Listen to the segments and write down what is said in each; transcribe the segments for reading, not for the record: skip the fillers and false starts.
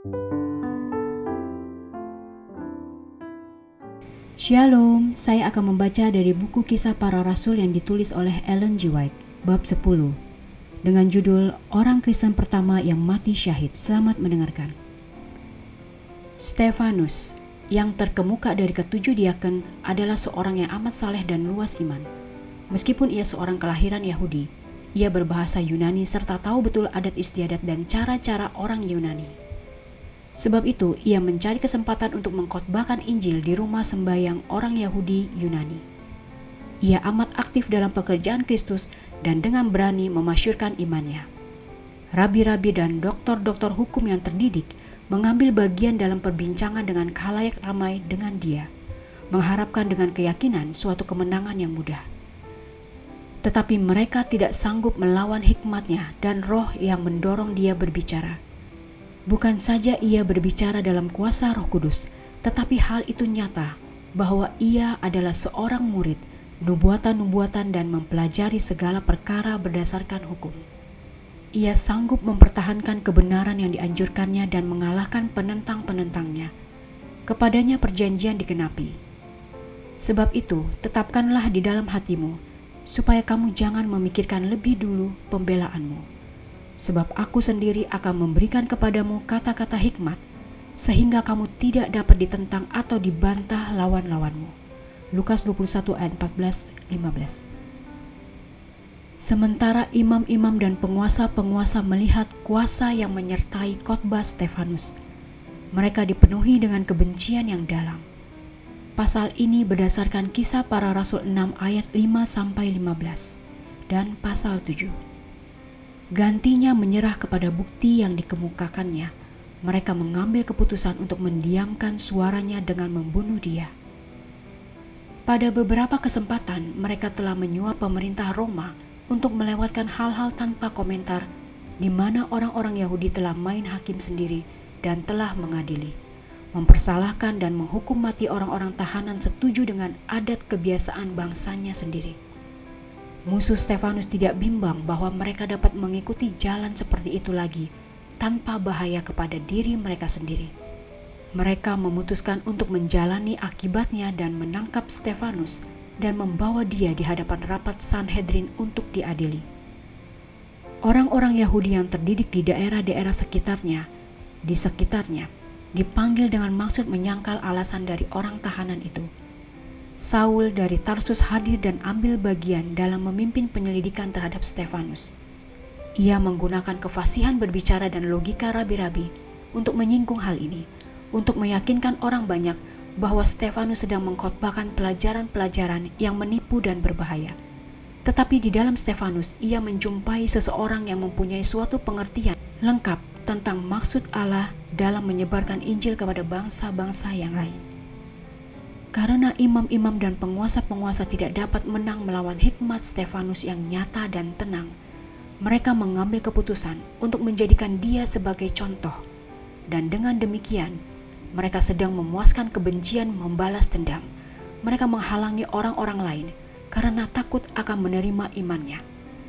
Shalom, saya akan membaca dari buku Kisah Para Rasul yang ditulis oleh Ellen G. White, bab 10, dengan judul Orang Kristen Pertama yang Mati Syahid. Selamat mendengarkan. Stefanus, yang terkemuka dari ketujuh diaken, adalah seorang yang amat saleh dan luas iman. Meskipun ia seorang kelahiran Yahudi, ia berbahasa Yunani serta tahu betul adat istiadat dan cara-cara orang Yunani. Sebab itu, ia mencari kesempatan untuk mengkhotbahkan Injil di rumah sembahyang orang Yahudi Yunani. Ia amat aktif dalam pekerjaan Kristus dan dengan berani memasyurkan imannya. Rabi-rabi dan doktor-doktor hukum yang terdidik mengambil bagian dalam perbincangan dengan khalayak ramai dengan dia, mengharapkan dengan keyakinan suatu kemenangan yang mudah. Tetapi mereka tidak sanggup melawan hikmatnya dan roh yang mendorong dia berbicara. Bukan saja ia berbicara dalam kuasa Roh Kudus, tetapi hal itu nyata bahwa ia adalah seorang murid, nubuatan-nubuatan dan mempelajari segala perkara berdasarkan hukum. Ia sanggup mempertahankan kebenaran yang dianjurkannya dan mengalahkan penentang-penentangnya. Kepadanya perjanjian digenapi. Sebab itu, tetapkanlah di dalam hatimu, supaya kamu jangan memikirkan lebih dulu pembelaanmu. Sebab aku sendiri akan memberikan kepadamu kata-kata hikmat, sehingga kamu tidak dapat ditentang atau dibantah lawan-lawanmu. Lukas 21 ayat 14-15. Sementara imam-imam dan penguasa-penguasa melihat kuasa yang menyertai khotbah Stefanus, mereka dipenuhi dengan kebencian yang dalam. Pasal ini berdasarkan Kisah Para Rasul 6 ayat 5-15 dan pasal 7. Gantinya menyerah kepada bukti yang dikemukakannya, mereka mengambil keputusan untuk mendiamkan suaranya dengan membunuh dia. Pada beberapa kesempatan, mereka telah menyuap pemerintah Roma untuk melewatkan hal-hal tanpa komentar, di mana orang-orang Yahudi telah main hakim sendiri dan telah mengadili, mempersalahkan dan menghukum mati orang-orang tahanan setuju dengan adat kebiasaan bangsanya sendiri. Musuh Stefanus tidak bimbang bahwa mereka dapat mengikuti jalan seperti itu lagi tanpa bahaya kepada diri mereka sendiri. Mereka memutuskan untuk menjalani akibatnya dan menangkap Stefanus dan membawa dia di hadapan rapat Sanhedrin untuk diadili. Orang-orang Yahudi yang terdidik di daerah-daerah sekitarnya, dipanggil dengan maksud menyangkal alasan dari orang tahanan itu. Saul dari Tarsus hadir dan ambil bagian dalam memimpin penyelidikan terhadap Stefanus. Ia menggunakan kefasihan berbicara dan logika rabi-rabi untuk menyinggung hal ini, untuk meyakinkan orang banyak bahwa Stefanus sedang mengkhotbahkan pelajaran-pelajaran yang menipu dan berbahaya. Tetapi di dalam Stefanus, ia menjumpai seseorang yang mempunyai suatu pengertian lengkap tentang maksud Allah dalam menyebarkan Injil kepada bangsa-bangsa yang lain. Karena imam-imam dan penguasa-penguasa tidak dapat menang melawan hikmat Stefanus yang nyata dan tenang, mereka mengambil keputusan untuk menjadikan dia sebagai contoh. Dan dengan demikian, mereka sedang memuaskan kebencian membalas dendam. Mereka menghalangi orang-orang lain karena takut akan menerima imannya.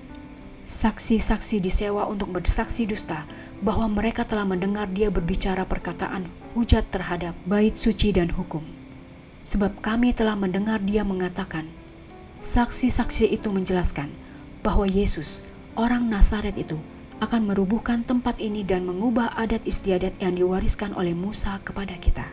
Saksi-saksi disewa untuk bersaksi dusta bahwa mereka telah mendengar dia berbicara perkataan hujat terhadap bait suci dan hukum. Sebab kami telah mendengar dia mengatakan, saksi-saksi itu menjelaskan bahwa Yesus, orang Nazaret itu, akan merubuhkan tempat ini dan mengubah adat istiadat yang diwariskan oleh Musa kepada kita.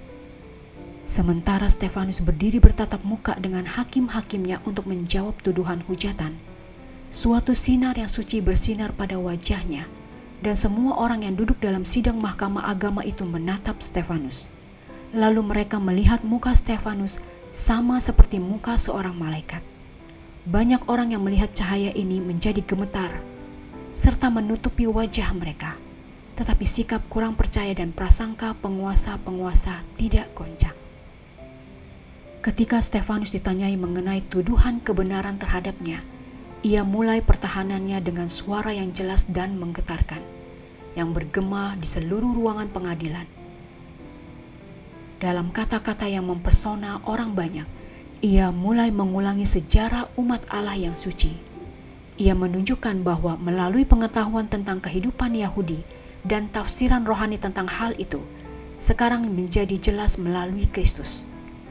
Sementara Stefanus berdiri bertatap muka dengan hakim-hakimnya untuk menjawab tuduhan hujatan, suatu sinar yang suci bersinar pada wajahnya, dan semua orang yang duduk dalam sidang mahkamah agama itu menatap Stefanus. Lalu mereka melihat muka Stefanus sama seperti muka seorang malaikat. Banyak orang yang melihat cahaya ini menjadi gemetar, serta menutupi wajah mereka. Tetapi sikap kurang percaya dan prasangka penguasa-penguasa tidak goncang. Ketika Stefanus ditanyai mengenai tuduhan kebenaran terhadapnya, ia mulai pertahanannya dengan suara yang jelas dan menggetarkan, yang bergema di seluruh ruangan pengadilan. Dalam kata-kata yang mempersona orang banyak, ia mulai mengulangi sejarah umat Allah yang suci. Ia menunjukkan bahwa melalui pengetahuan tentang kehidupan Yahudi, dan tafsiran rohani tentang hal itu sekarang menjadi jelas melalui Kristus.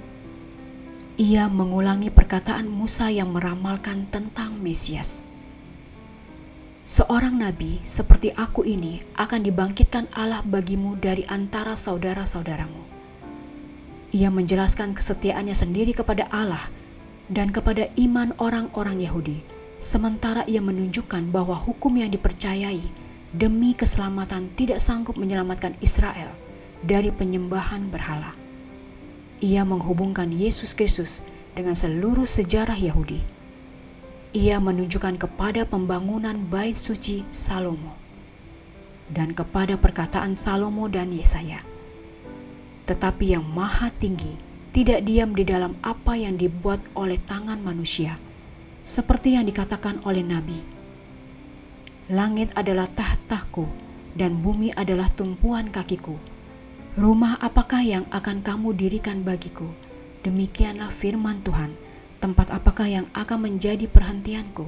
Ia mengulangi perkataan Musa yang meramalkan tentang Mesias. Seorang nabi seperti aku ini akan dibangkitkan Allah bagimu dari antara saudara-saudaramu. Ia menjelaskan kesetiaannya sendiri kepada Allah dan kepada iman orang-orang Yahudi, sementara ia menunjukkan bahwa hukum yang dipercayai demi keselamatan tidak sanggup menyelamatkan Israel dari penyembahan berhala. Ia menghubungkan Yesus Kristus dengan seluruh sejarah Yahudi. Ia menunjukkan kepada pembangunan bait suci Salomo dan kepada perkataan Salomo dan Yesaya. Tetapi yang maha tinggi tidak diam di dalam apa yang dibuat oleh tangan manusia, seperti yang dikatakan oleh Nabi. Langit adalah tahtaku dan bumi adalah tumpuan kakiku. Rumah apakah yang akan kamu dirikan bagiku? Demikianlah firman Tuhan. Tempat apakah yang akan menjadi perhentianku?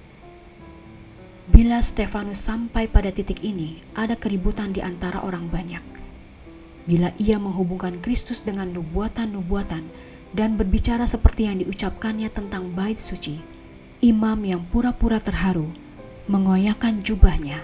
Bila Stefanus sampai pada titik ini, ada keributan di antara orang banyak. Bila ia menghubungkan Kristus dengan nubuatan-nubuatan dan berbicara seperti yang diucapkannya tentang bait suci, imam yang pura-pura terharu mengoyakkan jubahnya.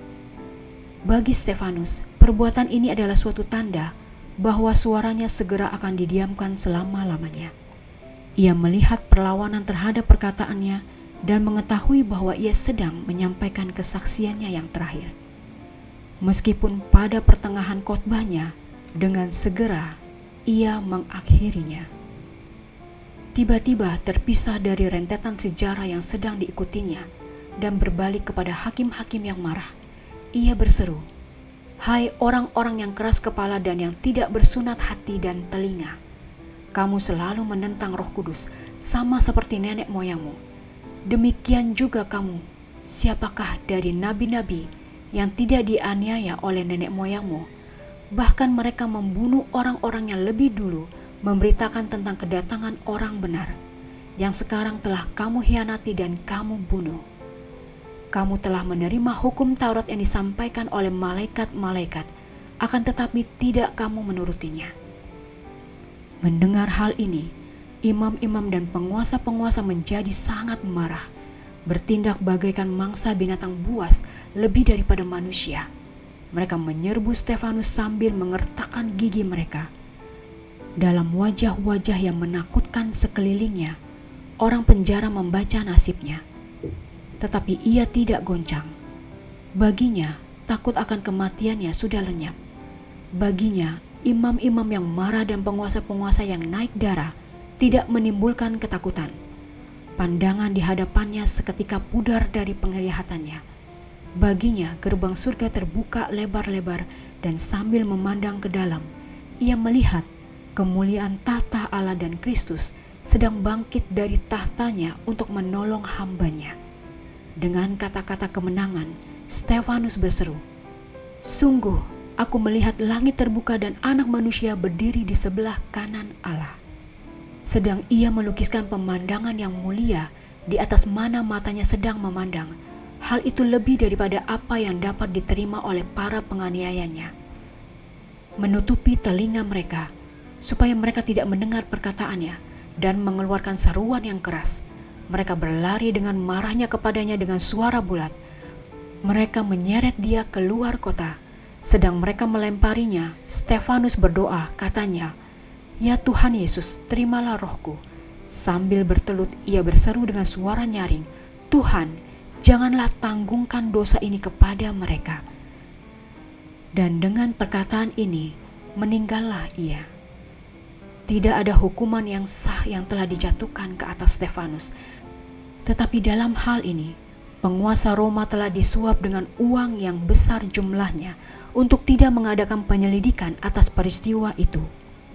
Bagi Stefanus, perbuatan ini adalah suatu tanda bahwa suaranya segera akan didiamkan selama-lamanya. Ia melihat perlawanan terhadap perkataannya dan mengetahui bahwa ia sedang menyampaikan kesaksiannya yang terakhir. Meskipun pada pertengahan khotbahnya, dengan segera ia mengakhirinya. Tiba-tiba terpisah dari rentetan sejarah yang sedang diikutinya dan berbalik kepada hakim-hakim yang marah. Ia berseru, "Hai orang-orang yang keras kepala dan yang tidak bersunat hati dan telinga, kamu selalu menentang Roh Kudus sama seperti nenek moyangmu. Demikian juga kamu, siapakah dari nabi-nabi yang tidak dianiaya oleh nenek moyangmu? Bahkan mereka membunuh orang-orang yang lebih dulu memberitakan tentang kedatangan orang benar, yang sekarang telah kamu hianati dan kamu bunuh. Kamu telah menerima hukum Taurat yang disampaikan oleh malaikat-malaikat, akan tetapi tidak kamu menurutinya." Mendengar hal ini, imam-imam dan penguasa-penguasa menjadi sangat marah, bertindak bagaikan mangsa binatang buas lebih daripada manusia. Mereka menyerbu Stefanus sambil mengertakkan gigi mereka. Dalam wajah-wajah yang menakutkan sekelilingnya, orang penjara membaca nasibnya. Tetapi ia tidak goncang. Baginya, takut akan kematiannya sudah lenyap. Baginya, imam-imam yang marah dan penguasa-penguasa yang naik darah tidak menimbulkan ketakutan. Pandangan di hadapannya seketika pudar dari penglihatannya. Baginya, gerbang surga terbuka lebar-lebar dan sambil memandang ke dalam, ia melihat kemuliaan tahta Allah dan Kristus sedang bangkit dari tahtanya untuk menolong hambanya. Dengan kata-kata kemenangan, Stefanus berseru, "Sungguh, aku melihat langit terbuka dan Anak Manusia berdiri di sebelah kanan Allah." Sedang ia melukiskan pemandangan yang mulia di atas mana matanya sedang memandang. Hal itu lebih daripada apa yang dapat diterima oleh para penganiayanya. Menutupi telinga mereka, supaya mereka tidak mendengar perkataannya dan mengeluarkan seruan yang keras. Mereka berlari dengan marahnya kepadanya dengan suara bulat. Mereka menyeret dia keluar kota. Sedang mereka melemparinya, Stefanus berdoa, katanya, "Ya Tuhan Yesus, terimalah rohku." Sambil bertelut ia berseru dengan suara nyaring, "Tuhan, janganlah tanggungkan dosa ini kepada mereka." Dan dengan perkataan ini, meninggallah ia. Tidak ada hukuman yang sah yang telah dijatuhkan ke atas Stefanus. Tetapi dalam hal ini, penguasa Roma telah disuap dengan uang yang besar jumlahnya untuk tidak mengadakan penyelidikan atas peristiwa itu.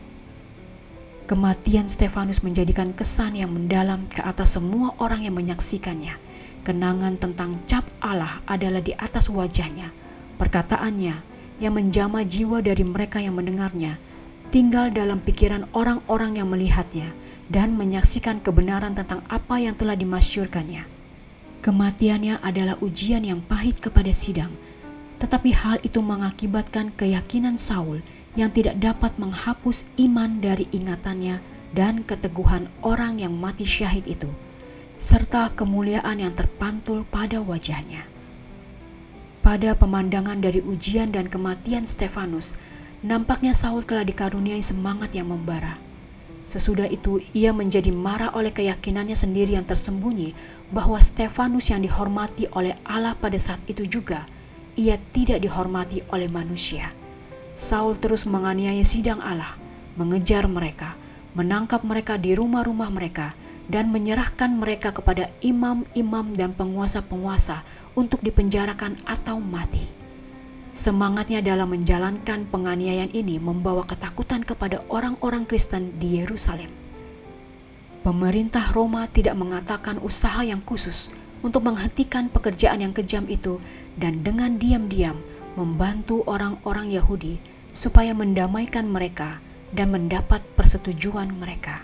Kematian Stefanus menjadikan kesan yang mendalam ke atas semua orang yang menyaksikannya. Kenangan tentang cap Allah adalah di atas wajahnya. Perkataannya yang menjamah jiwa dari mereka yang mendengarnya tinggal dalam pikiran orang-orang yang melihatnya dan menyaksikan kebenaran tentang apa yang telah dimasyurkannya. Kematiannya adalah ujian yang pahit kepada sidang, Tetapi hal itu mengakibatkan keyakinan Saul yang tidak dapat menghapus iman dari ingatannya dan keteguhan orang yang mati syahid itu, serta kemuliaan yang terpantul pada wajahnya. Pada pemandangan dari ujian dan kematian Stefanus, nampaknya Saul telah dikaruniai semangat yang membara. Sesudah itu ia menjadi marah oleh keyakinannya sendiri yang tersembunyi bahwa Stefanus yang dihormati oleh Allah pada saat itu juga, ia tidak dihormati oleh manusia. Saul terus menganiaya sidang Allah, mengejar mereka, menangkap mereka di rumah-rumah mereka, dan menyerahkan mereka kepada imam-imam dan penguasa-penguasa untuk dipenjarakan atau mati. Semangatnya dalam menjalankan penganiayaan ini membawa ketakutan kepada orang-orang Kristen di Yerusalem. Pemerintah Roma tidak mengatakan usaha yang khusus untuk menghentikan pekerjaan yang kejam itu dan dengan diam-diam membantu orang-orang Yahudi supaya mendamaikan mereka dan mendapat persetujuan mereka.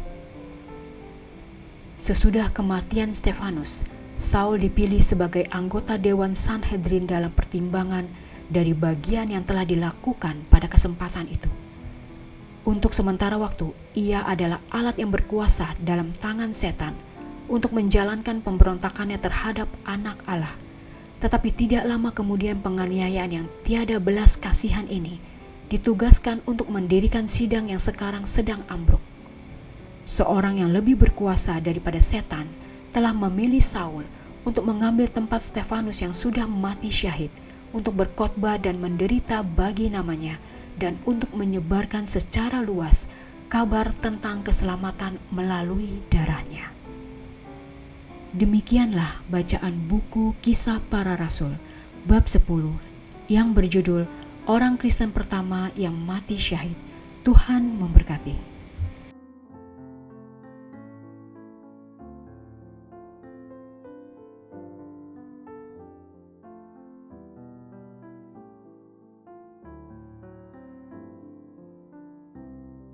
Sesudah kematian Stefanus, Saul dipilih sebagai anggota Dewan Sanhedrin dalam pertimbangan dari bagian yang telah dilakukan pada kesempatan itu. Untuk sementara waktu, ia adalah alat yang berkuasa dalam tangan setan untuk menjalankan pemberontakannya terhadap anak Allah. Tetapi tidak lama kemudian penganiayaan yang tiada belas kasihan ini ditugaskan untuk mendirikan sidang yang sekarang sedang ambruk. Seorang yang lebih berkuasa daripada setan telah memilih Saul untuk mengambil tempat Stefanus yang sudah mati syahid, untuk berkhotbah dan menderita bagi namanya, dan untuk menyebarkan secara luas kabar tentang keselamatan melalui darahnya. Demikianlah bacaan buku Kisah Para Rasul bab 10 yang berjudul Orang Kristen Pertama yang Mati Syahid. Tuhan memberkati.